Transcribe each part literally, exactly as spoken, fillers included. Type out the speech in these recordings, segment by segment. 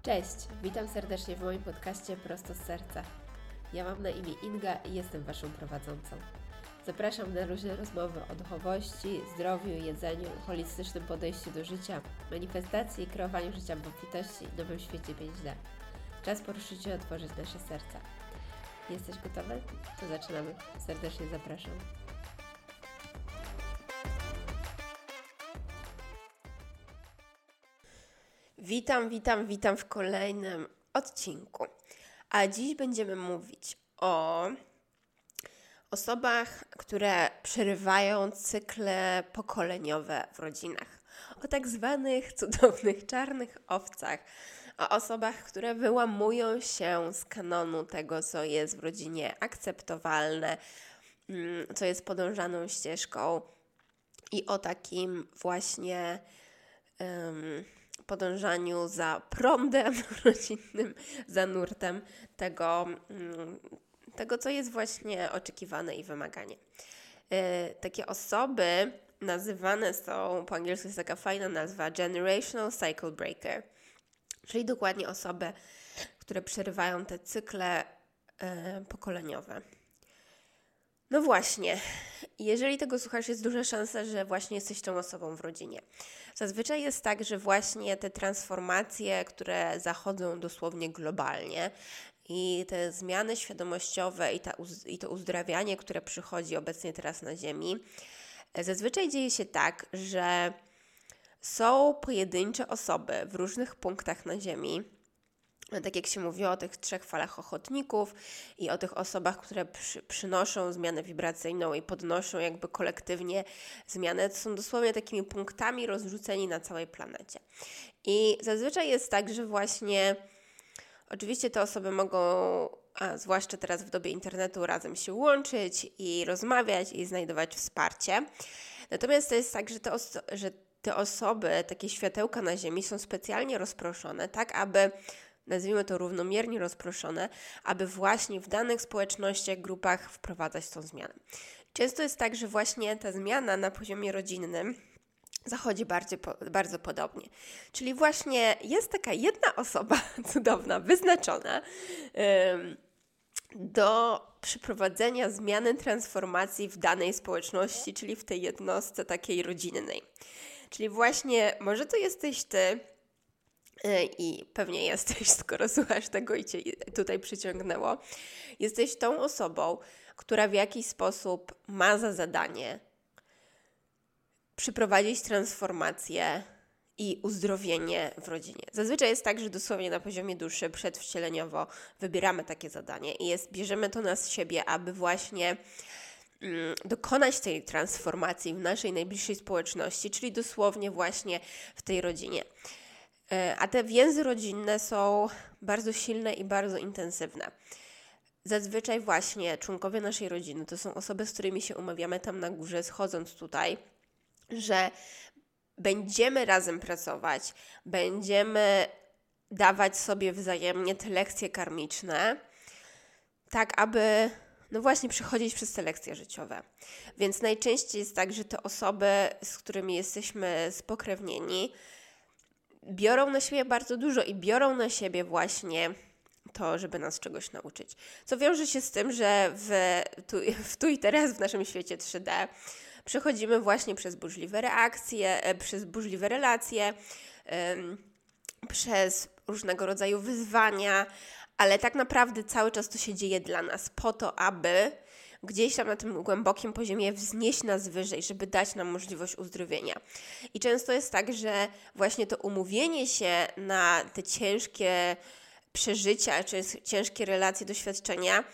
Cześć, witam serdecznie w moim podcaście Prosto z Serca. Ja mam na imię Inga i jestem Waszą prowadzącą. Zapraszam na luźne rozmowy o duchowości, zdrowiu, jedzeniu, holistycznym podejściu do życia, manifestacji i kreowaniu życia w obfitości i nowym świecie pięć D. Czas poruszyć i otworzyć nasze serca. Jesteś gotowy? To zaczynamy. Serdecznie zapraszam. Witam, witam, witam w kolejnym odcinku. A dziś będziemy mówić o osobach, które przerywają cykle pokoleniowe w rodzinach. O tak zwanych cudownych czarnych owcach. O osobach, które wyłamują się z kanonu tego, co jest w rodzinie akceptowalne, co jest podążaną ścieżką i o takim właśnie um, podążaniu za prądem rodzinnym, za nurtem tego, tego, co jest właśnie oczekiwane i wymagane. Yy, takie osoby nazywane są, po angielsku jest taka fajna nazwa, Generational Cycle Breaker, czyli dokładnie osoby, które przerywają te cykle yy, pokoleniowe. No właśnie, jeżeli tego słuchasz, jest duża szansa, że właśnie jesteś tą osobą w rodzinie. Zazwyczaj jest tak, że właśnie te transformacje, które zachodzą dosłownie globalnie i te zmiany świadomościowe i, ta, i to uzdrawianie, które przychodzi obecnie teraz na Ziemi, zazwyczaj dzieje się tak, że są pojedyncze osoby w różnych punktach na Ziemi. Tak jak się mówiło o tych trzech falach ochotników i o tych osobach, które przy, przynoszą zmianę wibracyjną i podnoszą jakby kolektywnie zmianę, to są dosłownie takimi punktami rozrzuceni na całej planecie. I zazwyczaj jest tak, że właśnie oczywiście te osoby mogą, a zwłaszcza teraz w dobie internetu, razem się łączyć i rozmawiać i znajdować wsparcie. Natomiast to jest tak, że te, oso- że te osoby, takie światełka na Ziemi są specjalnie rozproszone, tak aby nazwijmy to równomiernie rozproszone, aby właśnie w danych społecznościach, grupach wprowadzać tą zmianę. Często jest tak, że właśnie ta zmiana na poziomie rodzinnym zachodzi bardzo, bardzo podobnie. Czyli właśnie jest taka jedna osoba cudowna, wyznaczona ym, do przeprowadzenia zmiany, transformacji w danej społeczności, czyli w tej jednostce takiej rodzinnej. Czyli właśnie może to jesteś Ty, i pewnie jesteś, skoro słuchasz tego i Cię tutaj przyciągnęło, jesteś tą osobą, która w jakiś sposób ma za zadanie przyprowadzić transformację i uzdrowienie w rodzinie. Zazwyczaj jest tak, że dosłownie na poziomie duszy przedwcieleniowo wybieramy takie zadanie i jest, bierzemy to na siebie, aby właśnie mm, dokonać tej transformacji w naszej najbliższej społeczności, czyli dosłownie właśnie w tej rodzinie. A te więzy rodzinne są bardzo silne i bardzo intensywne. Zazwyczaj właśnie członkowie naszej rodziny to są osoby, z którymi się umawiamy tam na górze, schodząc tutaj, że będziemy razem pracować, będziemy dawać sobie wzajemnie te lekcje karmiczne, tak aby no właśnie przechodzić przez te lekcje życiowe. Więc najczęściej jest tak, że te osoby, z którymi jesteśmy spokrewnieni, biorą na siebie bardzo dużo i biorą na siebie właśnie to, żeby nas czegoś nauczyć. Co wiąże się z tym, że w tu, w tu i teraz w naszym świecie trzy D przechodzimy właśnie przez burzliwe reakcje, przez burzliwe relacje, ym, przez różnego rodzaju wyzwania, ale tak naprawdę cały czas to się dzieje dla nas, po to, aby gdzieś tam na tym głębokim poziomie wznieść nas wyżej, żeby dać nam możliwość uzdrowienia. I często jest tak, że właśnie to umówienie się na te ciężkie przeżycia, czy ciężkie relacje, doświadczenia,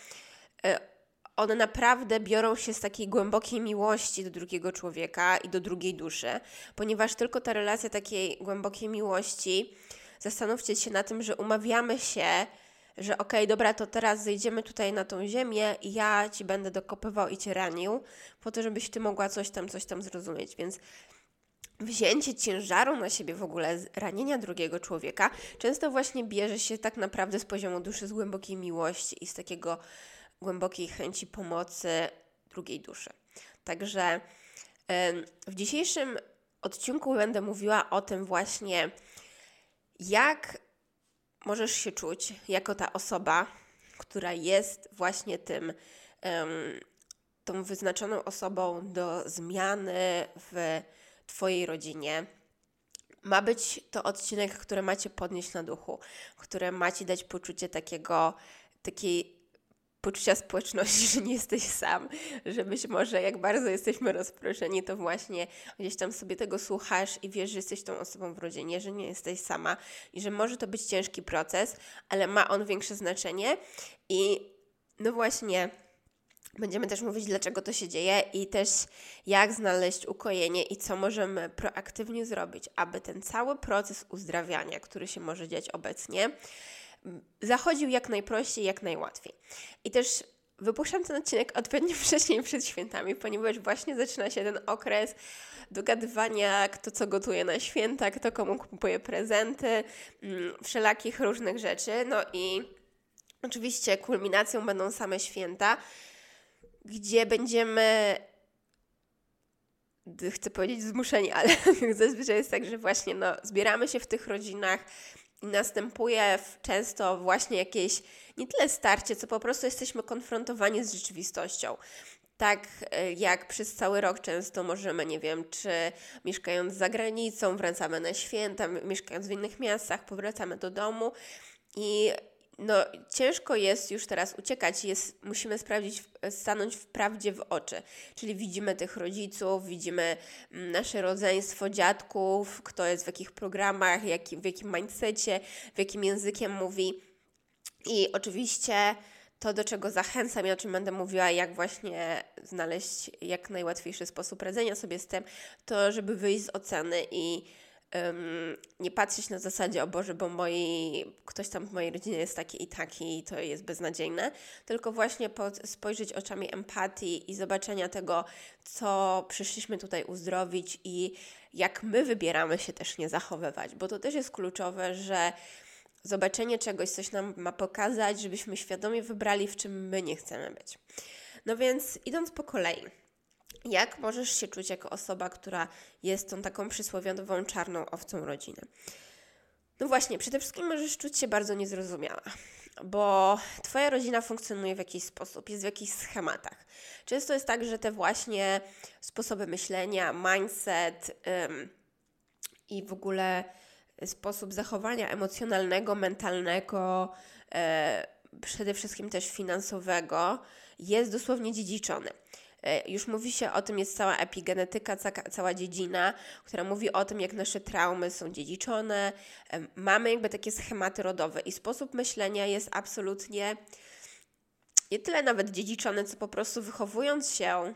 one naprawdę biorą się z takiej głębokiej miłości do drugiego człowieka i do drugiej duszy, ponieważ tylko ta relacja takiej głębokiej miłości, zastanówcie się na tym, że umawiamy się, że okej, okay, dobra, to teraz zejdziemy tutaj na tą ziemię i ja Ci będę dokopywał i Cię ranił, po to, żebyś Ty mogła coś tam, coś tam zrozumieć. Więc wzięcie ciężaru na siebie w ogóle ranienia drugiego człowieka często właśnie bierze się tak naprawdę z poziomu duszy, z głębokiej miłości i z takiego głębokiej chęci pomocy drugiej duszy. Także w dzisiejszym odcinku będę mówiła o tym właśnie, jak możesz się czuć jako ta osoba, która jest właśnie tym, um, tą wyznaczoną osobą do zmiany w Twojej rodzinie. Ma być to odcinek, który ma Cię podnieść na duchu, który ma Ci dać poczucie takiego, takiej poczucia społeczności, że nie jesteś sam, że być może jak bardzo jesteśmy rozproszeni, to właśnie gdzieś tam sobie tego słuchasz i wiesz, że jesteś tą osobą w rodzinie, że nie jesteś sama i że może to być ciężki proces, ale ma on większe znaczenie i no właśnie będziemy też mówić, dlaczego to się dzieje i też jak znaleźć ukojenie i co możemy proaktywnie zrobić, aby ten cały proces uzdrawiania, który się może dziać obecnie, zachodził jak najprościej, jak najłatwiej. I też wypuszczam ten odcinek odpowiednio wcześniej przed świętami, ponieważ właśnie zaczyna się ten okres dogadywania, kto co gotuje na święta, kto komu kupuje prezenty, wszelakich różnych rzeczy. No i oczywiście kulminacją będą same święta, gdzie będziemy, chcę powiedzieć zmuszeni, ale zazwyczaj jest tak, że właśnie no, zbieramy się w tych rodzinach i następuje często właśnie jakieś nie tyle starcie, co po prostu jesteśmy konfrontowani z rzeczywistością. Tak jak przez cały rok często możemy, nie wiem, czy mieszkając za granicą, wracamy na święta, mieszkając w innych miastach, powracamy do domu i no ciężko jest już teraz uciekać, jest, musimy sprawdzić, stanąć w prawdzie w oczy, czyli widzimy tych rodziców, widzimy nasze rodzeństwo, dziadków, kto jest w jakich programach, jak, w jakim mindsetie, w jakim językiem mówi i oczywiście to, do czego zachęcam i o czym będę mówiła, jak właśnie znaleźć jak najłatwiejszy sposób radzenia sobie z tym, to żeby wyjść z oceny i Um, nie patrzeć na zasadzie, o Boże, bo moi, ktoś tam w mojej rodzinie jest taki i taki i to jest beznadziejne, tylko właśnie pod, spojrzeć oczami empatii i zobaczenia tego, co przyszliśmy tutaj uzdrowić i jak my wybieramy się też nie zachowywać, bo to też jest kluczowe, że zobaczenie czegoś, coś nam ma pokazać, żebyśmy świadomie wybrali, w czym my nie chcemy być. No więc idąc po kolei, jak możesz się czuć jako osoba, która jest tą taką przysłowiową czarną owcą rodziny? No właśnie, przede wszystkim możesz czuć się bardzo niezrozumiała, bo Twoja rodzina funkcjonuje w jakiś sposób, jest w jakichś schematach. Często jest tak, że te właśnie sposoby myślenia, mindset ym, i w ogóle sposób zachowania emocjonalnego, mentalnego, yy, przede wszystkim też finansowego jest dosłownie dziedziczony. Już mówi się o tym, jest cała epigenetyka, ca- cała dziedzina, która mówi o tym, jak nasze traumy są dziedziczone. Mamy jakby takie schematy rodowe i sposób myślenia jest absolutnie nie tyle nawet dziedziczony, co po prostu wychowując się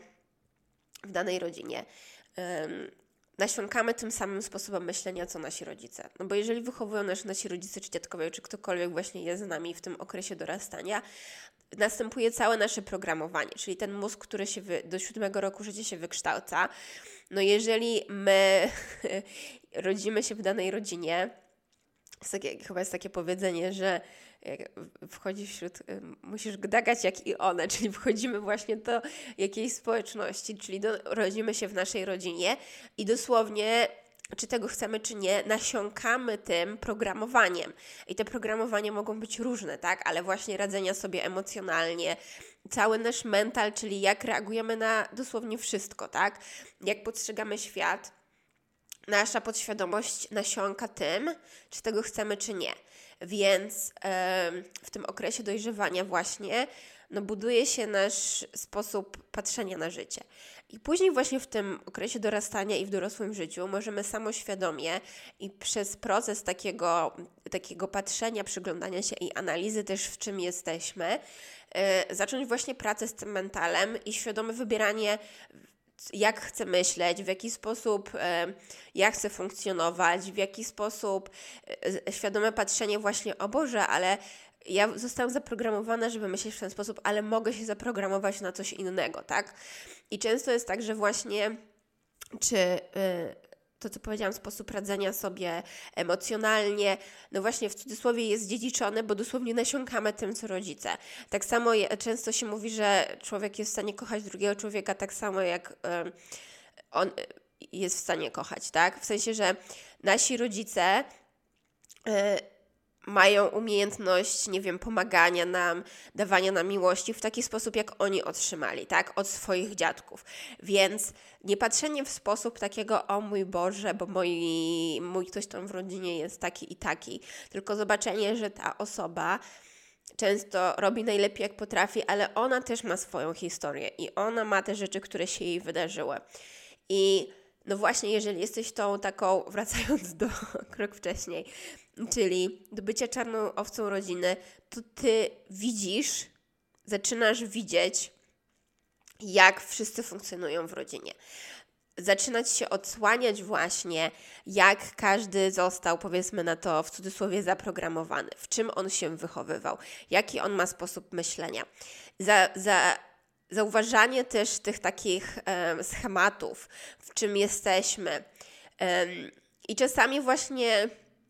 w danej rodzinie, um, nasiąkamy tym samym sposobem myślenia, co nasi rodzice. No bo jeżeli wychowują nas nasi rodzice, czy dziadkowie, czy ktokolwiek właśnie jest z nami w tym okresie dorastania, następuje całe nasze programowanie, czyli ten mózg, który się wy, do siódmego roku życia się wykształca. No jeżeli my rodzimy się w danej rodzinie, jest takie, chyba jest takie powiedzenie, że wchodzi wśród, musisz gdagać jak i one, czyli wchodzimy właśnie do jakiejś społeczności, czyli do, rodzimy się w naszej rodzinie i dosłownie, czy tego chcemy, czy nie, nasiąkamy tym programowaniem. I te programowania mogą być różne, tak? Ale właśnie radzenia sobie emocjonalnie, cały nasz mental, czyli jak reagujemy na dosłownie wszystko, tak? Jak postrzegamy świat, nasza podświadomość nasiąka tym, czy tego chcemy, czy nie. Więc yy, w tym okresie dojrzewania właśnie no, buduje się nasz sposób patrzenia na życie. I później właśnie w tym okresie dorastania i w dorosłym życiu możemy samoświadomie i przez proces takiego, takiego patrzenia, przyglądania się i analizy też w czym jesteśmy, yy, zacząć właśnie pracę z tym mentalem i świadome wybieranie, jak chcę myśleć, w jaki sposób e, ja chcę funkcjonować, w jaki sposób e, świadome patrzenie właśnie, o Boże, ale ja zostałam zaprogramowana, żeby myśleć w ten sposób, ale mogę się zaprogramować na coś innego, tak? I często jest tak, że właśnie czy e, to, co powiedziałam, sposób radzenia sobie emocjonalnie, no właśnie w cudzysłowie jest dziedziczone, bo dosłownie nasiąkamy tym, co rodzice. Tak samo je, często się mówi, że człowiek jest w stanie kochać drugiego człowieka tak samo, jak y, on jest w stanie kochać, tak? W sensie, że nasi rodzice y, mają umiejętność, nie wiem, pomagania nam, dawania nam miłości w taki sposób, jak oni otrzymali, tak, od swoich dziadków. Więc nie patrzenie w sposób takiego, o mój Boże, bo moi, mój ktoś tam w rodzinie jest taki i taki, tylko zobaczenie, że ta osoba często robi najlepiej, jak potrafi, ale ona też ma swoją historię i ona ma te rzeczy, które się jej wydarzyły. I no właśnie, jeżeli jesteś tą taką, wracając do krok wcześniej, czyli do bycia czarną owcą rodziny, to ty widzisz, zaczynasz widzieć, jak wszyscy funkcjonują w rodzinie. Zaczynać się odsłaniać właśnie, jak każdy został, powiedzmy na to w cudzysłowie, zaprogramowany, w czym on się wychowywał, jaki on ma sposób myślenia. Za, za Zauważanie też tych takich um, schematów, w czym jesteśmy. Um, I czasami właśnie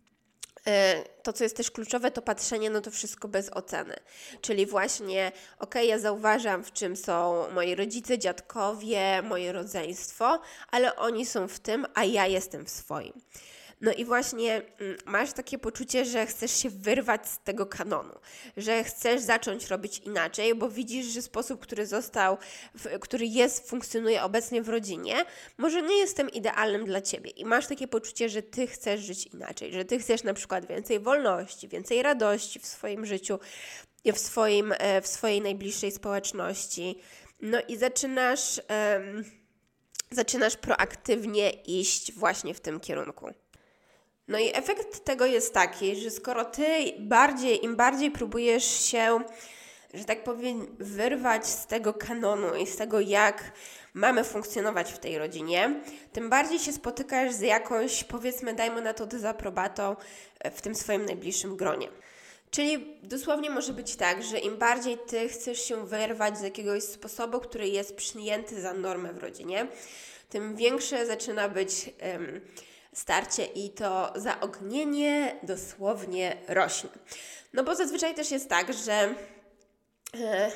to, co jest też kluczowe, to patrzenie na to wszystko bez oceny. Czyli właśnie, okej, ja zauważam, w czym są moi rodzice, dziadkowie, moje rodzeństwo, ale oni są w tym, a ja jestem w swoim. No i właśnie mm, masz takie poczucie, że chcesz się wyrwać z tego kanonu, że chcesz zacząć robić inaczej, bo widzisz, że sposób, który został, w, który jest, funkcjonuje obecnie w rodzinie, może nie jest tym idealnym dla Ciebie i masz takie poczucie, że Ty chcesz żyć inaczej, że Ty chcesz na przykład więcej wolności, więcej radości w swoim życiu, w, swoim, w swojej najbliższej społeczności. No i zaczynasz, um, zaczynasz proaktywnie iść właśnie w tym kierunku. No i efekt tego jest taki, że skoro ty bardziej, im bardziej próbujesz się, że tak powiem, wyrwać z tego kanonu i z tego, jak mamy funkcjonować w tej rodzinie, tym bardziej się spotykasz z jakąś, powiedzmy, dajmy na to dezaprobatą w tym swoim najbliższym gronie. Czyli dosłownie może być tak, że im bardziej ty chcesz się wyrwać z jakiegoś sposobu, który jest przyjęty za normę w rodzinie, tym większe zaczyna być um, starcie i to zaognienie dosłownie rośnie. No bo zazwyczaj też jest tak, że e,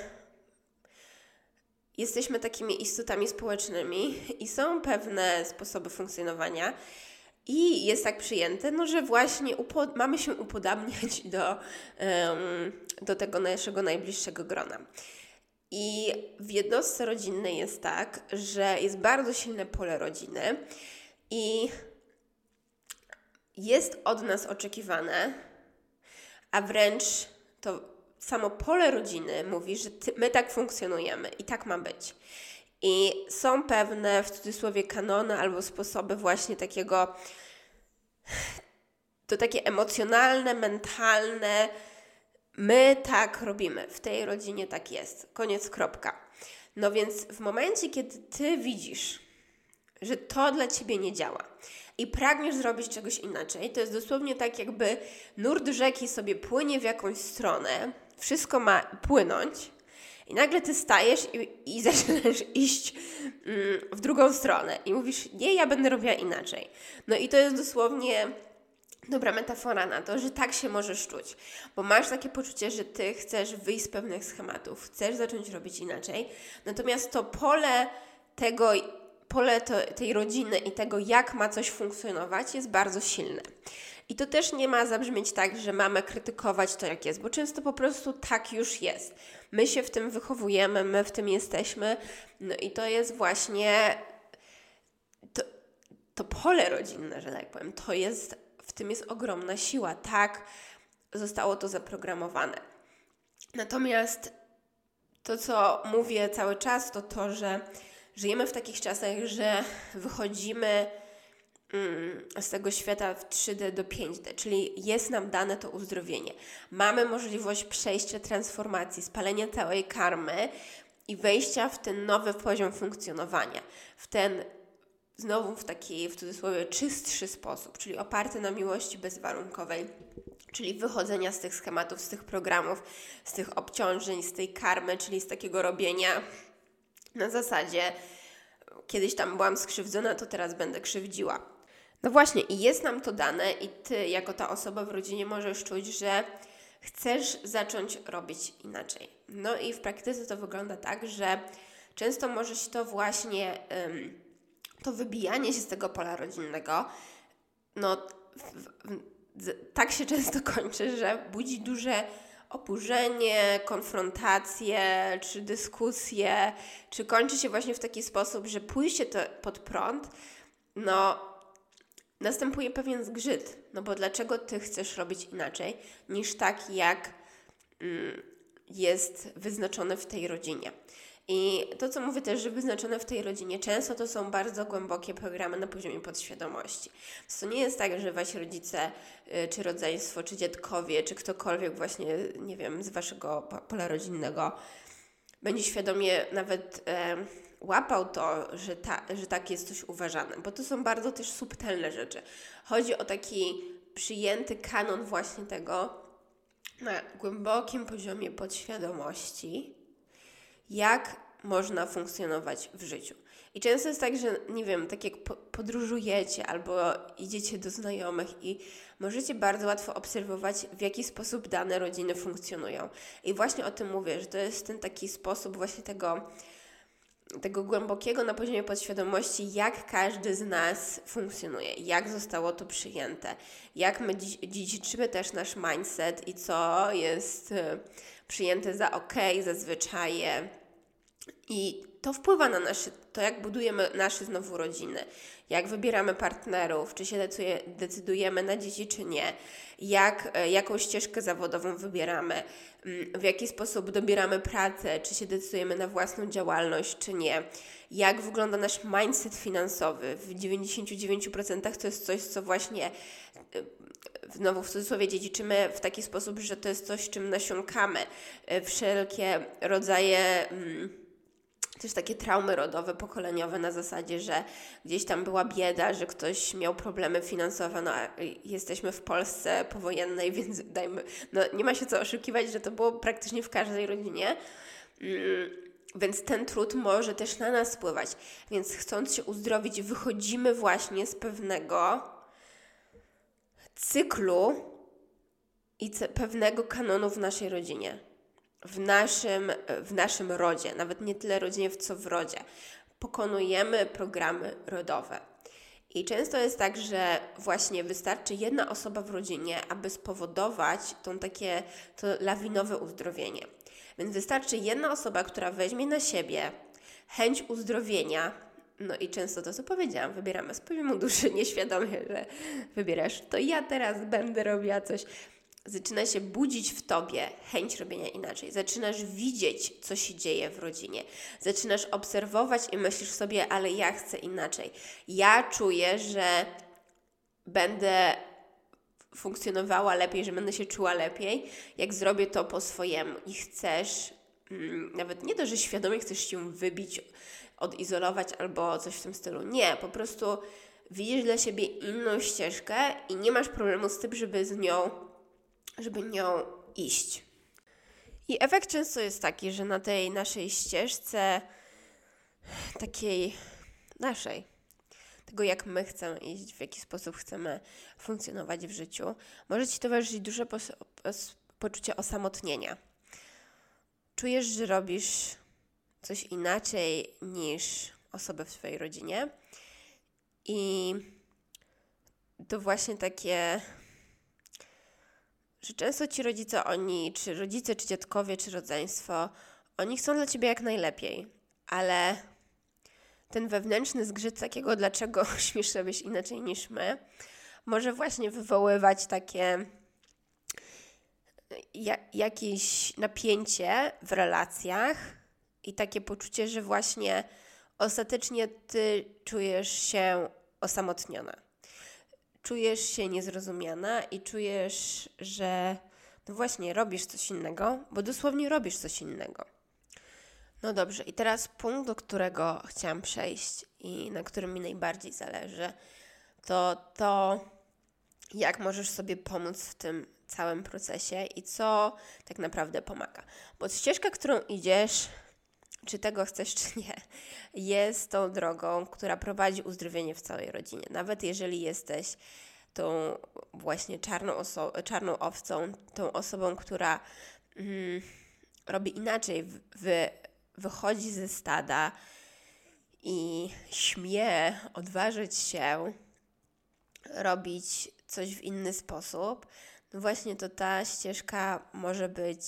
jesteśmy takimi istotami społecznymi i są pewne sposoby funkcjonowania i jest tak przyjęte, no, że właśnie upo- mamy się upodabniać do, um, do tego naszego najbliższego grona. I w jednostce rodzinnej jest tak, że jest bardzo silne pole rodziny i jest od nas oczekiwane, a wręcz to samo pole rodziny mówi, że ty, my tak funkcjonujemy i tak ma być. I są pewne, w cudzysłowie, kanony albo sposoby właśnie takiego, to takie emocjonalne, mentalne, my tak robimy, w tej rodzinie tak jest, koniec, kropka. No więc w momencie, kiedy ty widzisz, że to dla ciebie nie działa i pragniesz zrobić czegoś inaczej, to jest dosłownie tak, jakby nurt rzeki sobie płynie w jakąś stronę, wszystko ma płynąć i nagle ty stajesz i, i zaczynasz iść mm, w drugą stronę i mówisz, nie, ja będę robiła inaczej. No i to jest dosłownie dobra metafora na to, że tak się możesz czuć, bo masz takie poczucie, że ty chcesz wyjść z pewnych schematów, chcesz zacząć robić inaczej, natomiast to pole tego, pole to, tej rodziny i tego, jak ma coś funkcjonować, jest bardzo silne. I to też nie ma zabrzmieć tak, że mamy krytykować to, jak jest, bo często po prostu tak już jest. My się w tym wychowujemy, my w tym jesteśmy, no i to jest właśnie to, to pole rodzinne, że tak powiem, to jest, w tym jest ogromna siła, tak zostało to zaprogramowane. Natomiast to, co mówię cały czas, to to, że żyjemy w takich czasach, że wychodzimy mm, z tego świata w trzy D do pięć D, czyli jest nam dane to uzdrowienie. Mamy możliwość przejścia transformacji, spalenia całej karmy i wejścia w ten nowy poziom funkcjonowania, w ten znowu w taki, w cudzysłowie, czystszy sposób, czyli oparty na miłości bezwarunkowej, czyli wychodzenia z tych schematów, z tych programów, z tych obciążeń, z tej karmy, czyli z takiego robienia na zasadzie kiedyś tam byłam skrzywdzona, to teraz będę krzywdziła. No właśnie, i jest nam to dane i ty, jako ta osoba w rodzinie, możesz czuć, że chcesz zacząć robić inaczej. No i w praktyce to wygląda tak, że często może się to właśnie, ym, to wybijanie się z tego pola rodzinnego, no w, w, z, tak się często kończy, że budzi duże oburzenie, konfrontacje, czy dyskusje, czy kończy się właśnie w taki sposób, że pójście to pod prąd, no następuje pewien zgrzyt, no bo dlaczego Ty chcesz robić inaczej niż tak, jak mm, jest wyznaczone w tej rodzinie. I to, co mówię też, że wyznaczone w tej rodzinie, często to są bardzo głębokie programy na poziomie podświadomości. To nie jest tak, że Wasi rodzice, czy rodzeństwo, czy dziadkowie, czy ktokolwiek właśnie, nie wiem, z Waszego pola rodzinnego będzie świadomie nawet e, łapał to, że, ta, że tak jest coś uważane, bo to są bardzo też subtelne rzeczy. Chodzi o taki przyjęty kanon właśnie tego na głębokim poziomie podświadomości, jak można funkcjonować w życiu. I często jest tak, że nie wiem, tak jak podróżujecie albo idziecie do znajomych i możecie bardzo łatwo obserwować, w jaki sposób dane rodziny funkcjonują. I właśnie o tym mówię, że to jest ten taki sposób właśnie tego, tego głębokiego na poziomie podświadomości, jak każdy z nas funkcjonuje, jak zostało to przyjęte, jak my dziedziczymy też nasz mindset i co jest przyjęte za okej, za zwyczaje. I to wpływa na nasze, to jak budujemy nasze znowu rodziny, jak wybieramy partnerów, czy się decydujemy na dzieci, czy nie, jak, jaką ścieżkę zawodową wybieramy, w jaki sposób dobieramy pracę, czy się decydujemy na własną działalność, czy nie, jak wygląda nasz mindset finansowy. W dziewięćdziesięciu dziewięciu procentach to jest coś, co właśnie znowu w cudzysłowie dziedziczymy w taki sposób, że to jest coś, czym nasiąkamy. Wszelkie rodzaje też takie traumy rodowe, pokoleniowe na zasadzie, że gdzieś tam była bieda, że ktoś miał problemy finansowe, no a jesteśmy w Polsce powojennej, więc dajmy, no nie ma się co oszukiwać, że to było praktycznie w każdej rodzinie, mm, więc ten trud może też na nas wpływać, więc chcąc się uzdrowić, wychodzimy właśnie z pewnego cyklu i ce- pewnego kanonu w naszej rodzinie. W naszym, w naszym rodzie, nawet nie tyle rodzinie, co w rodzie. Pokonujemy programy rodowe. I często jest tak, że właśnie wystarczy jedna osoba w rodzinie, aby spowodować tą takie to lawinowe uzdrowienie. Więc wystarczy jedna osoba, która weźmie na siebie chęć uzdrowienia. No i często to, co powiedziałam, wybieramy z poziomu duszy nieświadomie, że wybierasz, to ja teraz będę robiła coś. Zaczyna się budzić w Tobie chęć robienia inaczej. Zaczynasz widzieć, co się dzieje w rodzinie. Zaczynasz obserwować i myślisz sobie, ale ja chcę inaczej. Ja czuję, że będę funkcjonowała lepiej, że będę się czuła lepiej, jak zrobię to po swojemu. I chcesz, mm, nawet nie to, że świadomie chcesz się wybić, odizolować albo coś w tym stylu. Nie, po prostu widzisz dla siebie inną ścieżkę i nie masz problemu z tym, żeby z nią żeby nią iść. I efekt często jest taki, że na tej naszej ścieżce, takiej naszej, tego jak my chcemy iść, w jaki sposób chcemy funkcjonować w życiu, może Ci towarzyszyć duże pos- pos- poczucie osamotnienia. Czujesz, że robisz coś inaczej niż osoby w swojej rodzinie i to właśnie takie, że często ci rodzice, oni, czy rodzice, czy dziadkowie, czy rodzeństwo, oni chcą dla Ciebie jak najlepiej, ale ten wewnętrzny zgrzyt takiego, dlaczego śmiesz robić inaczej niż my, może właśnie wywoływać takie ja, jakieś napięcie w relacjach i takie poczucie, że właśnie ostatecznie Ty czujesz się osamotniona. Czujesz się niezrozumiana i czujesz, że no właśnie robisz coś innego, bo dosłownie robisz coś innego. No dobrze, i teraz punkt, do którego chciałam przejść i na którym mi najbardziej zależy, to to, jak możesz sobie pomóc w tym całym procesie i co tak naprawdę pomaga. Bo ścieżka, którą idziesz, czy tego chcesz, czy nie, jest tą drogą, która prowadzi uzdrowienie w całej rodzinie. Nawet jeżeli jesteś tą właśnie czarną, oso- czarną owcą, tą osobą, która mm, robi inaczej, wy- wychodzi ze stada i śmie odważyć się robić coś w inny sposób, no właśnie to ta ścieżka może być,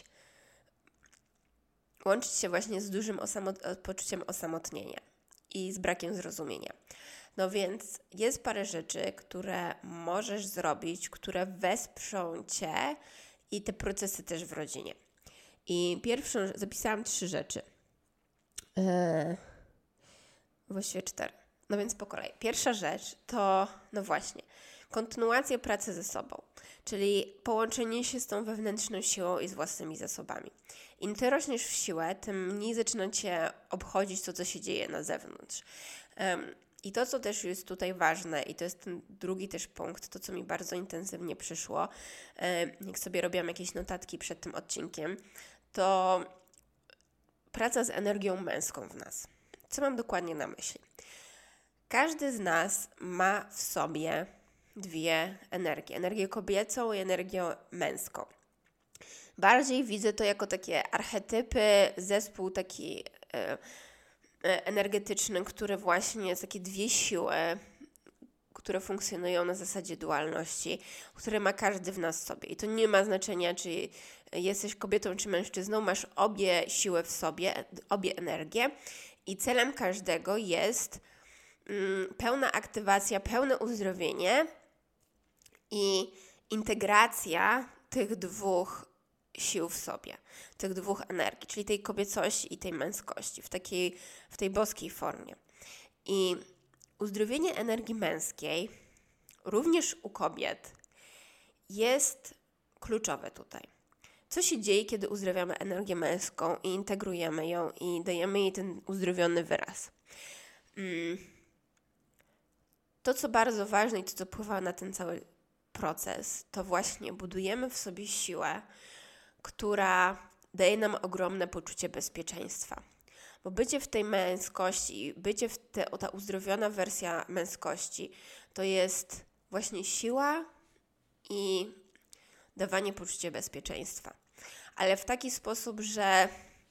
łączyć się właśnie z dużym osamot- poczuciem osamotnienia i z brakiem zrozumienia. No więc jest parę rzeczy, które możesz zrobić, które wesprzą Cię i te procesy też w rodzinie. I pierwszą, zapisałam trzy rzeczy. Yy, właściwie cztery. No więc po kolei. Pierwsza rzecz to, no właśnie, kontynuacja pracy ze sobą, czyli połączenie się z tą wewnętrzną siłą i z własnymi zasobami. Im Ty rośniesz w siłę, tym mniej zaczyna Cię obchodzić to, co się dzieje na zewnątrz. Um, I to, co też jest tutaj ważne, i to jest ten drugi też punkt, to, co mi bardzo intensywnie przyszło, jak sobie robiłam jakieś notatki przed tym odcinkiem, to praca z energią męską w nas. Co mam dokładnie na myśli? Każdy z nas ma w sobie dwie energie. Energię kobiecą i energię męską. Bardziej widzę to jako takie archetypy, zespół taki e, energetyczny, który właśnie jest takie dwie siły, które funkcjonują na zasadzie dualności, które ma każdy w nas sobie. I to nie ma znaczenia, czy jesteś kobietą, czy mężczyzną, masz obie siły w sobie, obie energie i celem każdego jest mm, pełna aktywacja, pełne uzdrowienie i integracja tych dwóch sił w sobie, tych dwóch energii, czyli tej kobiecości i tej męskości w takiej, w tej boskiej formie. I uzdrowienie energii męskiej, również u kobiet, jest kluczowe tutaj. Co się dzieje, kiedy uzdrawiamy energię męską i integrujemy ją i dajemy jej ten uzdrowiony wyraz? To, co bardzo ważne i to, co wpływa na ten cały proces, to właśnie budujemy w sobie siłę, która daje nam ogromne poczucie bezpieczeństwa. Bo bycie w tej męskości, bycie w te, ta uzdrowiona wersja męskości, to jest właśnie siła i dawanie poczucia bezpieczeństwa. Ale w taki sposób, że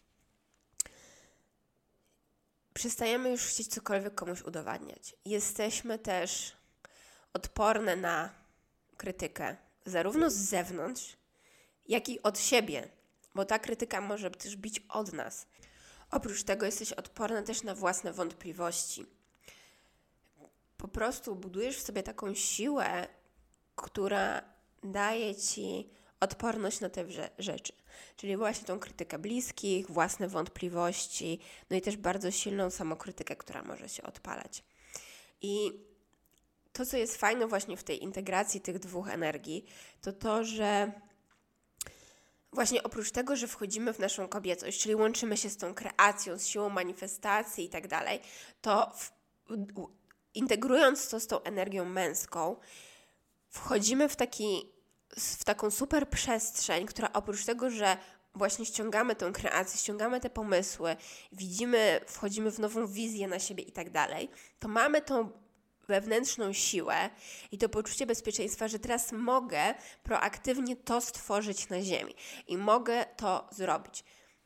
przestajemy już chcieć cokolwiek komuś udowadniać. Jesteśmy też odporne na krytykę, zarówno z zewnątrz, jak i od siebie, bo ta krytyka może też bić od nas. Oprócz tego jesteś odporna też na własne wątpliwości. Po prostu budujesz w sobie taką siłę, która daje Ci odporność na te rzeczy. Czyli właśnie tą krytykę bliskich, własne wątpliwości, no i też bardzo silną samokrytykę, która może się odpalać. I to, co jest fajne właśnie w tej integracji tych dwóch energii, to to, że właśnie oprócz tego, że wchodzimy w naszą kobiecość, czyli łączymy się z tą kreacją, z siłą manifestacji i tak dalej, to w, w, integrując to z tą energią męską, wchodzimy w, taki, w taką super przestrzeń, która oprócz tego, że właśnie ściągamy tę kreację, ściągamy te pomysły, widzimy, wchodzimy w nową wizję na siebie i tak dalej, to mamy tą wewnętrzną siłę i to poczucie bezpieczeństwa, że teraz mogę proaktywnie to stworzyć na ziemi i mogę to zrobić.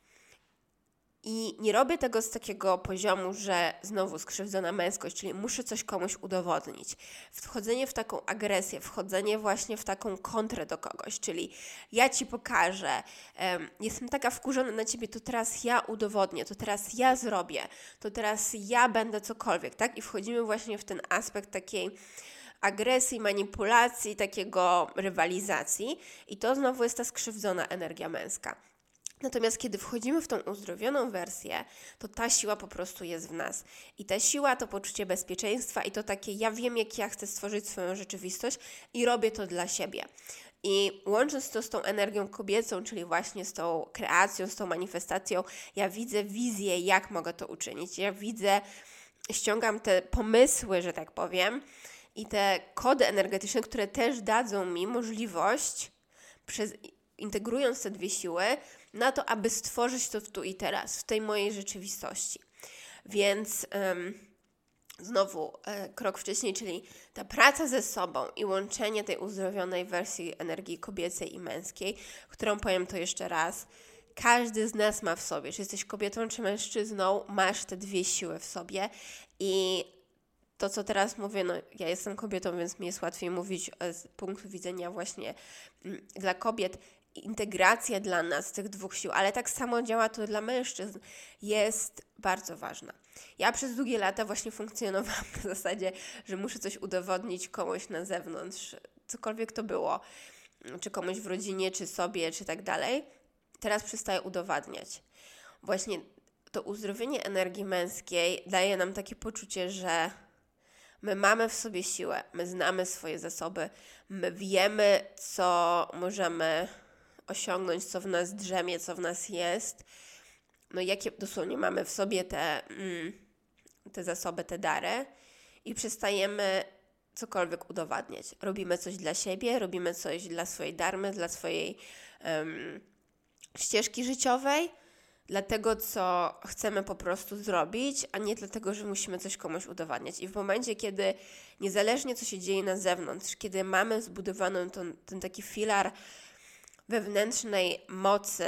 I nie robię tego z takiego poziomu, że znowu skrzywdzona męskość, czyli muszę coś komuś udowodnić. Wchodzenie w taką agresję, wchodzenie właśnie w taką kontrę do kogoś, czyli ja Ci pokażę, um, jestem taka wkurzona na Ciebie, to teraz ja udowodnię, to teraz ja zrobię, to teraz ja będę cokolwiek, tak? I wchodzimy właśnie w ten aspekt takiej agresji, manipulacji, takiego rywalizacji i to znowu jest ta skrzywdzona energia męska. Natomiast kiedy wchodzimy w tą uzdrowioną wersję, to ta siła po prostu jest w nas. I ta siła to poczucie bezpieczeństwa i to takie ja wiem, jak ja chcę stworzyć swoją rzeczywistość i robię to dla siebie. I łącząc to z tą energią kobiecą, czyli właśnie z tą kreacją, z tą manifestacją, ja widzę wizję, jak mogę to uczynić. Ja widzę, ściągam te pomysły, że tak powiem, i te kody energetyczne, które też dadzą mi możliwość, przez, integrując te dwie siły, na to, aby stworzyć to tu i teraz, w tej mojej rzeczywistości. Więc um, znowu e, krok wcześniej, czyli ta praca ze sobą i łączenie tej uzdrowionej wersji energii kobiecej i męskiej, którą powiem to jeszcze raz, każdy z nas ma w sobie, czy jesteś kobietą, czy mężczyzną, masz te dwie siły w sobie i to, co teraz mówię, no ja jestem kobietą, więc mi jest łatwiej mówić z punktu widzenia właśnie mm, dla kobiet. Integracja dla nas tych dwóch sił, ale tak samo działa to dla mężczyzn, jest bardzo ważna. Ja przez długie lata właśnie funkcjonowałam na zasadzie, że muszę coś udowodnić komuś na zewnątrz, cokolwiek to było, czy komuś w rodzinie, czy sobie, czy tak dalej. Teraz przestaję udowadniać. Właśnie to uzdrowienie energii męskiej daje nam takie poczucie, że my mamy w sobie siłę, my znamy swoje zasoby, my wiemy, co możemy osiągnąć, co w nas drzemie, co w nas jest. No jakie dosłownie mamy w sobie te, mm, te zasoby, te dary i przestajemy cokolwiek udowadniać. Robimy coś dla siebie, robimy coś dla swojej darmy, dla swojej um, ścieżki życiowej, dla tego, co chcemy po prostu zrobić, a nie dlatego, że musimy coś komuś udowadniać. I w momencie, kiedy niezależnie co się dzieje na zewnątrz, kiedy mamy zbudowany ten, ten taki filar wewnętrznej mocy,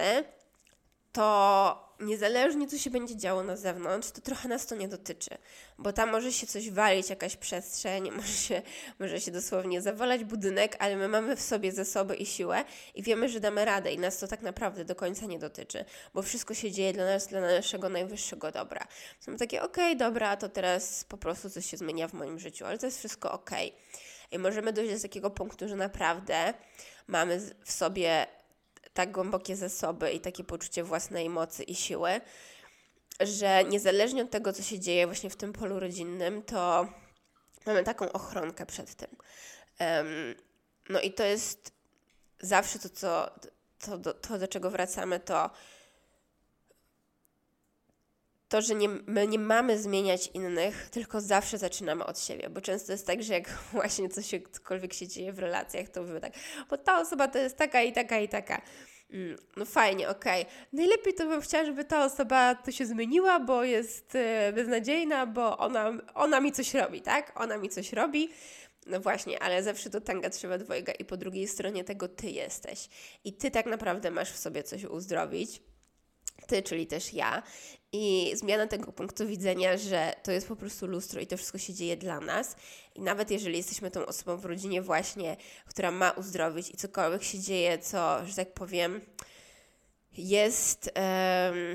to niezależnie co się będzie działo na zewnątrz, to trochę nas to nie dotyczy, bo tam może się coś walić, jakaś przestrzeń, może się, może się dosłownie zawalać budynek, ale my mamy w sobie zasoby i siłę i wiemy, że damy radę i nas to tak naprawdę do końca nie dotyczy, bo wszystko się dzieje dla nas, dla naszego najwyższego dobra. Są takie, okej, okay, dobra, to teraz po prostu coś się zmienia w moim życiu, ale to jest wszystko okej. Okay. I możemy dojść do takiego punktu, że naprawdę mamy w sobie tak głębokie zasoby i takie poczucie własnej mocy i siły, że niezależnie od tego, co się dzieje właśnie w tym polu rodzinnym, to mamy taką ochronkę przed tym. Um, no i to jest zawsze to, co, to, to, to, do czego wracamy, to to, że nie, my nie mamy zmieniać innych, tylko zawsze zaczynamy od siebie, bo często jest tak, że jak właśnie coś się, cokolwiek się dzieje w relacjach, to mówimy tak, bo ta osoba to jest taka i taka i taka. Mm, no fajnie, okej. Okay. Najlepiej to bym chciała, żeby ta osoba to się zmieniła, bo jest e, beznadziejna, bo ona, ona mi coś robi, tak? Ona mi coś robi. No właśnie, ale zawsze do tanga trzeba dwojga i po drugiej stronie tego ty jesteś. I ty tak naprawdę masz w sobie coś uzdrowić. Ty, czyli też ja. I zmiana tego punktu widzenia, że to jest po prostu lustro i to wszystko się dzieje dla nas. I nawet jeżeli jesteśmy tą osobą w rodzinie właśnie, która ma uzdrowić i cokolwiek się dzieje, co, że tak powiem, jest um,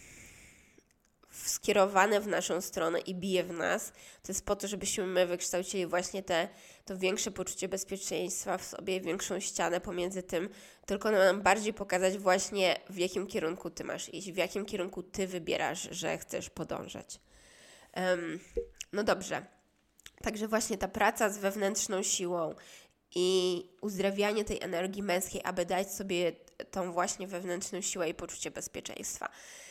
skierowane w naszą stronę i bije w nas, to jest po to, żebyśmy my wykształcili właśnie te, to większe poczucie bezpieczeństwa w sobie, większą ścianę pomiędzy tym, tylko nam bardziej pokazać właśnie, w jakim kierunku ty masz iść, w jakim kierunku ty wybierasz, że chcesz podążać. Um, no dobrze. Także właśnie ta praca z wewnętrzną siłą i uzdrawianie tej energii męskiej, aby dać sobie tą właśnie wewnętrzną siłę i poczucie bezpieczeństwa.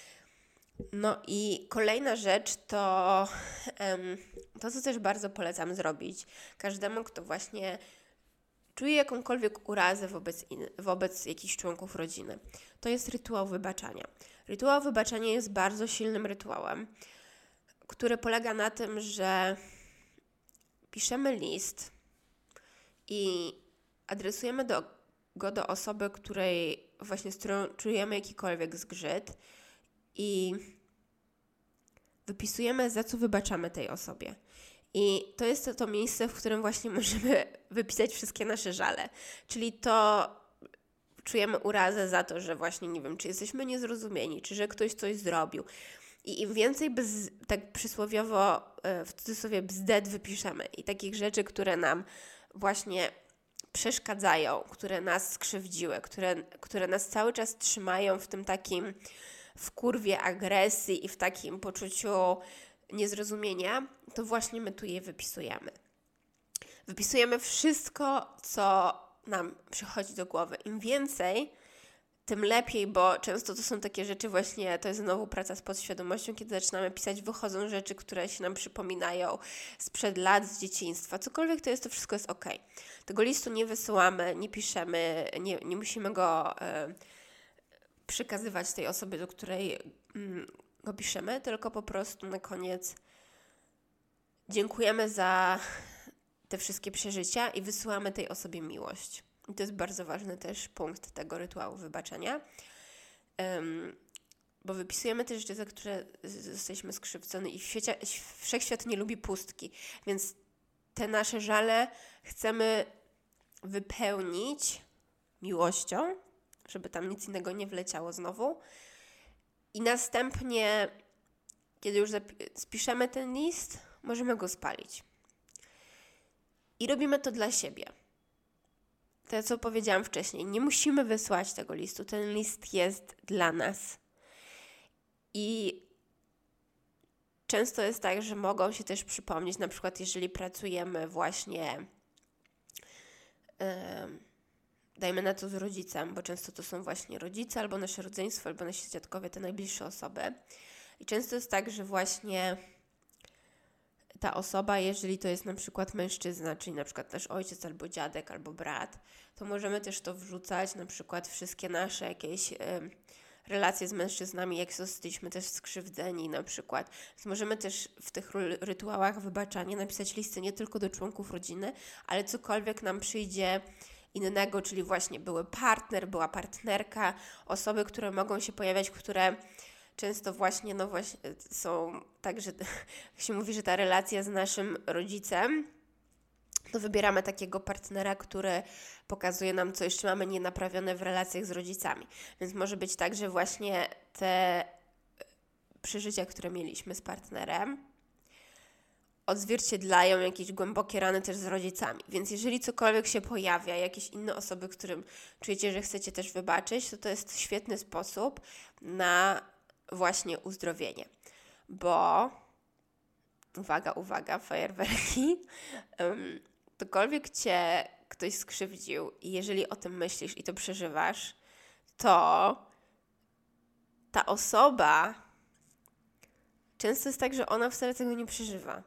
No i kolejna rzecz to um, to, co też bardzo polecam zrobić każdemu, kto właśnie czuje jakąkolwiek urazę wobec, in, wobec jakichś członków rodziny. To jest rytuał wybaczania. Rytuał wybaczania jest bardzo silnym rytuałem, który polega na tym, że piszemy list i adresujemy do, go do osoby, której właśnie z którą czujemy jakikolwiek zgrzyt i wypisujemy, za co wybaczamy tej osobie. I to jest to, to miejsce, w którym właśnie możemy wypisać wszystkie nasze żale. Czyli to czujemy urazę za to, że właśnie, nie wiem, czy jesteśmy niezrozumieni, czy że ktoś coś zrobił. I im więcej bez, tak przysłowiowo, w cudzysłowie bzdet wypiszemy i takich rzeczy, które nam właśnie przeszkadzają, które nas skrzywdziły, które, które nas cały czas trzymają w tym takim w kurwie agresji i w takim poczuciu niezrozumienia, to właśnie my tu je wypisujemy. Wypisujemy wszystko, co nam przychodzi do głowy. Im więcej, tym lepiej, bo często to są takie rzeczy właśnie, to jest znowu praca z podświadomością, kiedy zaczynamy pisać, wychodzą rzeczy, które się nam przypominają sprzed lat, z dzieciństwa. Cokolwiek to jest, to wszystko jest okej. Tego listu nie wysyłamy, nie piszemy, nie, nie musimy go y, przekazywać tej osobie, do której y, go piszemy, tylko po prostu na koniec dziękujemy za te wszystkie przeżycia i wysyłamy tej osobie miłość. I to jest bardzo ważny też punkt tego rytuału wybaczenia. Um, bo wypisujemy te rzeczy, za które z- jesteśmy skrzywdzeni i w świecie, wszechświat nie lubi pustki, więc te nasze żale chcemy wypełnić miłością, żeby tam nic innego nie wleciało znowu. I następnie, kiedy już zapi- spiszemy ten list, możemy go spalić. I robimy to dla siebie. To, co powiedziałam wcześniej, nie musimy wysłać tego listu. Ten list jest dla nas. I często jest tak, że mogą się też przypomnieć, na przykład jeżeli pracujemy właśnie, yy, dajmy na to z rodzicem, bo często to są właśnie rodzice, albo nasze rodzeństwo, albo nasi dziadkowie, te najbliższe osoby. I często jest tak, że właśnie ta osoba, jeżeli to jest na przykład mężczyzna, czyli na przykład nasz ojciec, albo dziadek, albo brat, to możemy też to wrzucać, na przykład wszystkie nasze jakieś y, relacje z mężczyznami, jak zostaliśmy też skrzywdzeni na przykład. Więc możemy też w tych rytuałach wybaczania napisać listy nie tylko do członków rodziny, ale cokolwiek nam przyjdzie innego, czyli właśnie były partner, była partnerka, osoby, które mogą się pojawiać, które często właśnie, no właśnie są tak, że jak się mówi, że ta relacja z naszym rodzicem, to wybieramy takiego partnera, który pokazuje nam, co jeszcze mamy nienaprawione w relacjach z rodzicami. Więc może być tak, że właśnie te przeżycia, które mieliśmy z partnerem, odzwierciedlają jakieś głębokie rany też z rodzicami. Więc jeżeli cokolwiek się pojawia, jakieś inne osoby, którym czujecie, że chcecie też wybaczyć, to to jest świetny sposób na właśnie uzdrowienie. Bo, uwaga, uwaga, fajerwerki, um, ktokolwiek Cię ktoś skrzywdził i jeżeli o tym myślisz i to przeżywasz, to ta osoba, często jest tak, że ona wcale tego nie przeżywa.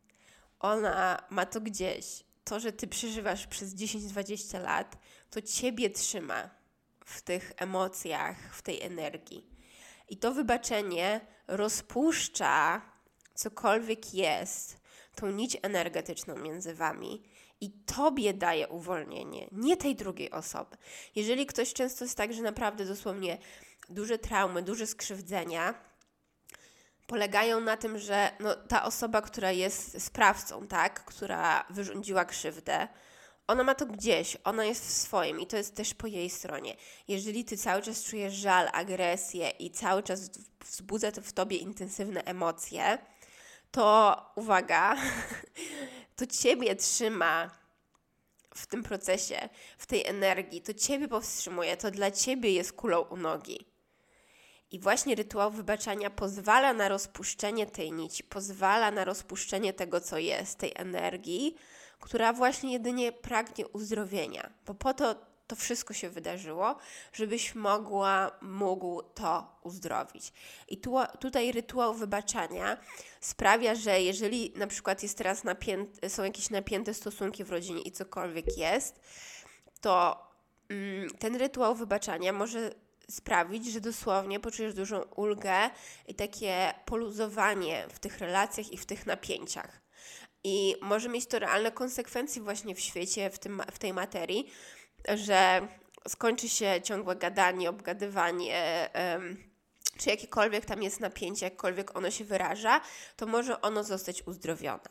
Ona ma to gdzieś. To, że Ty przeżywasz przez dziesięć dwadzieścia lat, to Ciebie trzyma w tych emocjach, w tej energii. I to wybaczenie rozpuszcza cokolwiek jest, tą nić energetyczną między Wami i Tobie daje uwolnienie, nie tej drugiej osoby. Jeżeli ktoś często jest tak, że naprawdę dosłownie duże traumy, duże skrzywdzenia polegają na tym, że no, ta osoba, która jest sprawcą, tak, która wyrządziła krzywdę, ona ma to gdzieś, ona jest w swoim i to jest też po jej stronie. Jeżeli Ty cały czas czujesz żal, agresję i cały czas wzbudza to w Tobie intensywne emocje, to uwaga, to Ciebie trzyma w tym procesie, w tej energii, to Ciebie powstrzymuje, to dla Ciebie jest kulą u nogi. I właśnie rytuał wybaczania pozwala na rozpuszczenie tej nici, pozwala na rozpuszczenie tego, co jest, tej energii, która właśnie jedynie pragnie uzdrowienia, bo po to to wszystko się wydarzyło, żebyś mogła, mógł to uzdrowić. I tu, tutaj rytuał wybaczania sprawia, że jeżeli na przykład jest teraz napięty, są jakieś napięte stosunki w rodzinie i cokolwiek jest, to mm, ten rytuał wybaczania może sprawić, że dosłownie poczujesz dużą ulgę i takie poluzowanie w tych relacjach i w tych napięciach. I może mieć to realne konsekwencje właśnie w świecie, w, tym, w tej materii, że skończy się ciągłe gadanie, obgadywanie, um, czy jakiekolwiek tam jest napięcie, jakkolwiek ono się wyraża, to może ono zostać uzdrowione.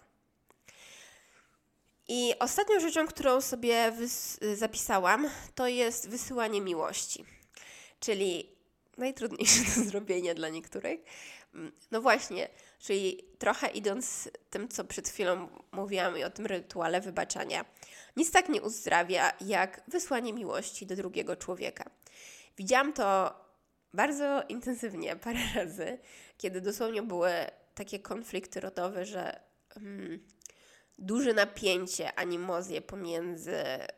I ostatnią rzeczą, którą sobie wys- zapisałam, to jest wysyłanie miłości. Czyli najtrudniejsze do zrobienia dla niektórych. No właśnie, czyli trochę idąc tym, co przed chwilą mówiłam i o tym rytuale wybaczania. Nic tak nie uzdrawia, jak wysłanie miłości do drugiego człowieka. Widziałam to bardzo intensywnie parę razy, kiedy dosłownie były takie konflikty rodowe, że hmm, duże napięcie, animozje pomiędzy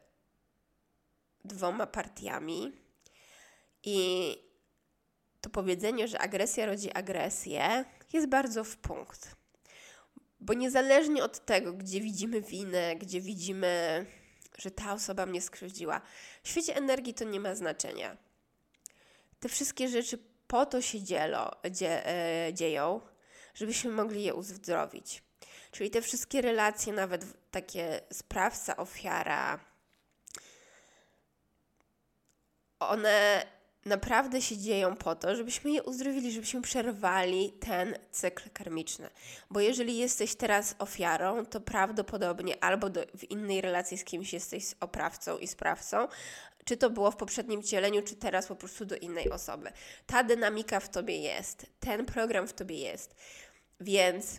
dwoma partiami. I to powiedzenie, że agresja rodzi agresję, jest bardzo w punkt. Bo niezależnie od tego, gdzie widzimy winę, gdzie widzimy, że ta osoba mnie skrzywdziła, w świecie energii to nie ma znaczenia. Te wszystkie rzeczy po to się dzielo, dzie, e, dzieją, żebyśmy mogli je uzdrowić. Czyli te wszystkie relacje, nawet takie sprawca, ofiara, one naprawdę się dzieją po to, żebyśmy je uzdrowili, żebyśmy przerwali ten cykl karmiczny. Bo jeżeli jesteś teraz ofiarą, to prawdopodobnie albo do, w innej relacji z kimś jesteś oprawcą i sprawcą, czy to było w poprzednim wcieleniu, czy teraz po prostu do innej osoby. Ta dynamika w tobie jest, ten program w tobie jest. Więc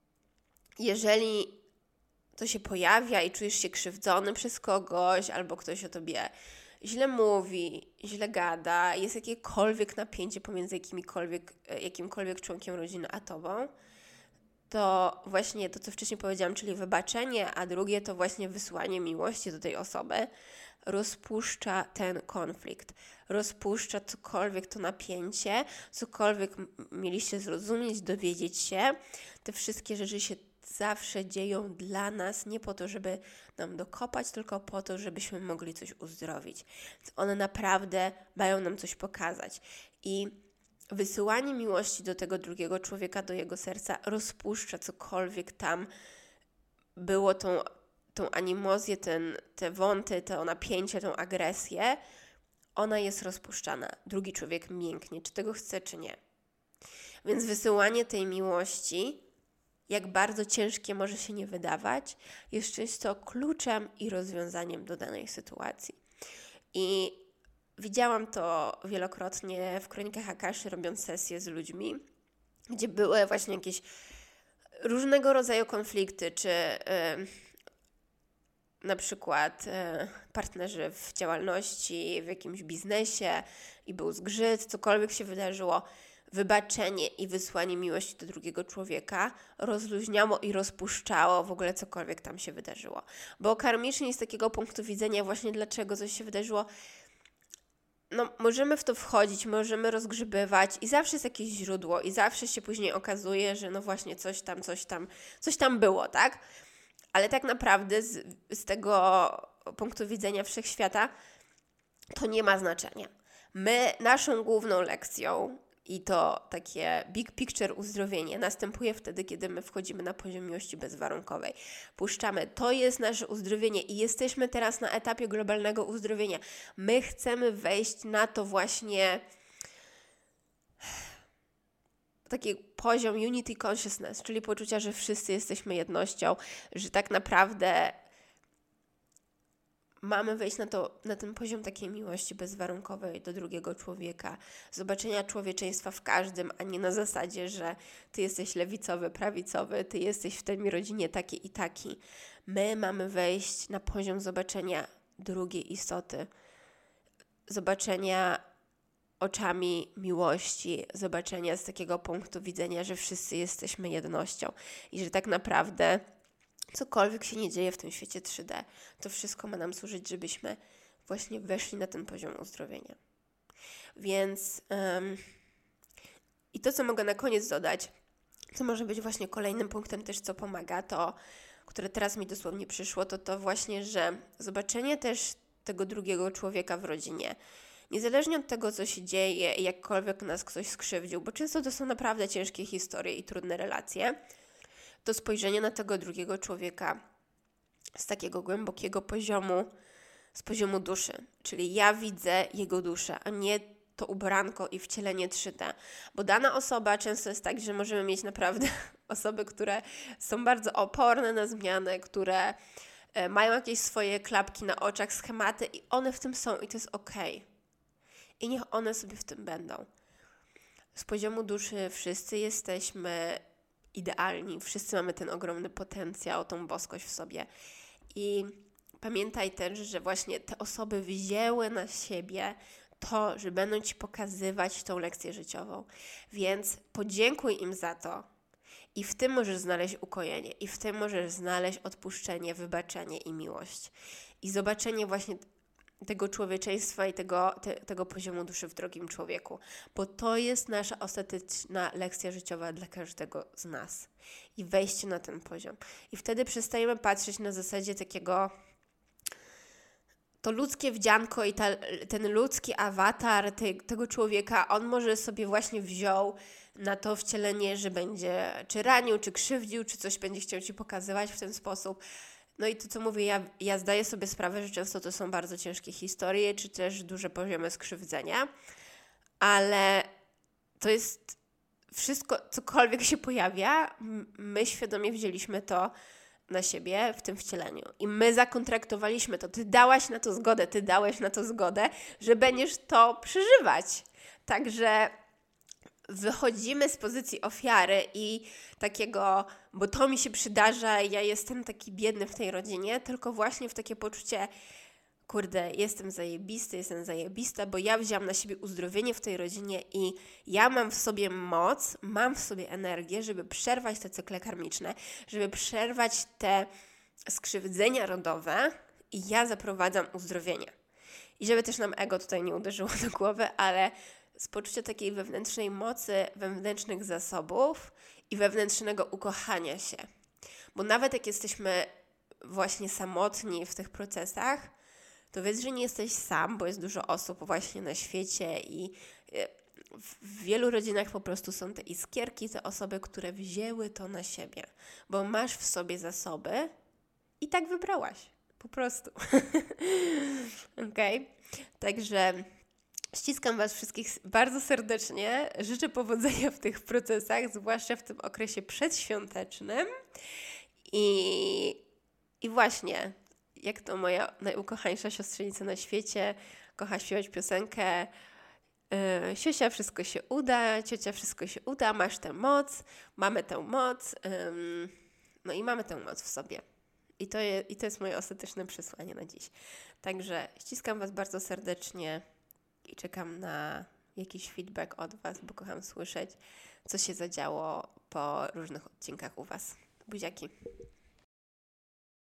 jeżeli to się pojawia i czujesz się krzywdzony przez kogoś, albo ktoś o tobie źle mówi, źle gada, jest jakiekolwiek napięcie pomiędzy jakimikolwiek, jakimkolwiek członkiem rodziny a tobą, to właśnie to, co wcześniej powiedziałam, czyli wybaczenie, a drugie to właśnie wysłanie miłości do tej osoby, rozpuszcza ten konflikt, rozpuszcza cokolwiek to napięcie, cokolwiek m- mieliście zrozumieć, dowiedzieć się. Te wszystkie rzeczy się zawsze dzieją dla nas, nie po to, żeby nam dokopać, tylko po to, żebyśmy mogli coś uzdrowić. Więc one naprawdę mają nam coś pokazać. I wysyłanie miłości do tego drugiego człowieka, do jego serca, rozpuszcza cokolwiek tam było tą, tą animozję, ten, te wąty, to napięcie, tą agresję. Ona jest rozpuszczana. Drugi człowiek mięknie, czy tego chce, czy nie. Więc wysyłanie tej miłości, jak bardzo ciężkie może się nie wydawać, jest często kluczem i rozwiązaniem do danej sytuacji. I widziałam to wielokrotnie w Kronikach Akaszy, robiąc sesje z ludźmi, gdzie były właśnie jakieś różnego rodzaju konflikty, czy yy, na przykład yy, partnerzy w działalności, w jakimś biznesie i był zgrzyt, cokolwiek się wydarzyło. Wybaczenie i wysłanie miłości do drugiego człowieka rozluźniało i rozpuszczało w ogóle cokolwiek tam się wydarzyło. Bo karmicznie z takiego punktu widzenia właśnie dlaczego coś się wydarzyło, no możemy w to wchodzić, możemy rozgrzebywać i zawsze jest jakieś źródło i zawsze się później okazuje, że no właśnie coś tam, coś tam, coś tam było, tak? Ale tak naprawdę z, z tego punktu widzenia wszechświata to nie ma znaczenia. My, naszą główną lekcją i to takie big picture uzdrowienie następuje wtedy, kiedy my wchodzimy na poziom miłości bezwarunkowej. Puszczamy, to jest nasze uzdrowienie i jesteśmy teraz na etapie globalnego uzdrowienia. My chcemy wejść na to właśnie taki poziom unity consciousness, czyli poczucia, że wszyscy jesteśmy jednością, że tak naprawdę mamy wejść na, to, na ten poziom takiej miłości bezwarunkowej do drugiego człowieka, zobaczenia człowieczeństwa w każdym, a nie na zasadzie, że ty jesteś lewicowy, prawicowy, ty jesteś w tej rodzinie taki i taki. My mamy wejść na poziom zobaczenia drugiej istoty, zobaczenia oczami miłości, zobaczenia z takiego punktu widzenia, że wszyscy jesteśmy jednością i że tak naprawdę cokolwiek się nie dzieje w tym świecie trzy D, to wszystko ma nam służyć, żebyśmy właśnie weszli na ten poziom uzdrowienia. Więc um, i to, co mogę na koniec dodać, co może być właśnie kolejnym punktem też, co pomaga, to, które teraz mi dosłownie przyszło, to to właśnie, że zobaczenie też tego drugiego człowieka w rodzinie, niezależnie od tego, co się dzieje i jakkolwiek nas ktoś skrzywdził, bo często to są naprawdę ciężkie historie i trudne relacje, to spojrzenie na tego drugiego człowieka z takiego głębokiego poziomu, z poziomu duszy. Czyli ja widzę jego duszę, a nie to ubranko i wcielenie trzy D. Bo dana osoba często jest tak, że możemy mieć naprawdę osoby, które są bardzo oporne na zmianę, które e, mają jakieś swoje klapki na oczach, schematy i one w tym są i to jest okej. Okay. I niech one sobie w tym będą. Z poziomu duszy wszyscy jesteśmy idealni, wszyscy mamy ten ogromny potencjał, tą boskość w sobie. I pamiętaj też, że właśnie te osoby wzięły na siebie to, że będą Ci pokazywać tą lekcję życiową. Więc podziękuj im za to i w tym możesz znaleźć ukojenie, i w tym możesz znaleźć odpuszczenie, wybaczenie i miłość. I zobaczenie właśnie tego człowieczeństwa i tego, te, tego poziomu duszy w drugim człowieku. Bo to jest nasza ostateczna lekcja życiowa dla każdego z nas. I wejście na ten poziom. I wtedy przestajemy patrzeć na zasadzie takiego to ludzkie wdzianko i ta, ten ludzki awatar te, tego człowieka, on może sobie właśnie wziął na to wcielenie, że będzie czy ranił, czy krzywdził, czy coś będzie chciał Ci pokazywać w ten sposób. No i to, co mówię, ja, ja zdaję sobie sprawę, że często to są bardzo ciężkie historie, czy też duże poziomy skrzywdzenia, ale to jest wszystko, cokolwiek się pojawia, my świadomie wzięliśmy to na siebie w tym wcieleniu. I my zakontraktowaliśmy to. Ty dałaś na to zgodę, ty dałeś na to zgodę, że będziesz to przeżywać. Także wychodzimy z pozycji ofiary i takiego, bo to mi się przydarza, ja jestem taki biedny w tej rodzinie, tylko właśnie w takie poczucie, kurde, jestem zajebisty, jestem zajebista, bo ja wzięłam na siebie uzdrowienie w tej rodzinie i ja mam w sobie moc, mam w sobie energię, żeby przerwać te cykle karmiczne, żeby przerwać te skrzywdzenia rodowe i ja zaprowadzam uzdrowienie. I żeby też nam ego tutaj nie uderzyło do głowy, ale z poczucia takiej wewnętrznej mocy, wewnętrznych zasobów i wewnętrznego ukochania się. Bo nawet jak jesteśmy właśnie samotni w tych procesach, to wiedz, że nie jesteś sam, bo jest dużo osób właśnie na świecie i w wielu rodzinach po prostu są te iskierki, te osoby, które wzięły to na siebie, bo masz w sobie zasoby i tak wybrałaś. Po prostu. Okej? Okay? Także ściskam Was wszystkich bardzo serdecznie. Życzę powodzenia w tych procesach, zwłaszcza w tym okresie przedświątecznym. I, i właśnie, jak to moja najukochańsza siostrzenica na świecie kocha śpiewać piosenkę yy, Siosia, wszystko się uda, ciocia, wszystko się uda, masz tę moc, mamy tę moc, yy, no i mamy tę moc w sobie. I to, je, I to jest moje ostateczne przesłanie na dziś. Także ściskam Was bardzo serdecznie i czekam na jakiś feedback od Was, bo kocham słyszeć, co się zadziało po różnych odcinkach u Was. Buziaki.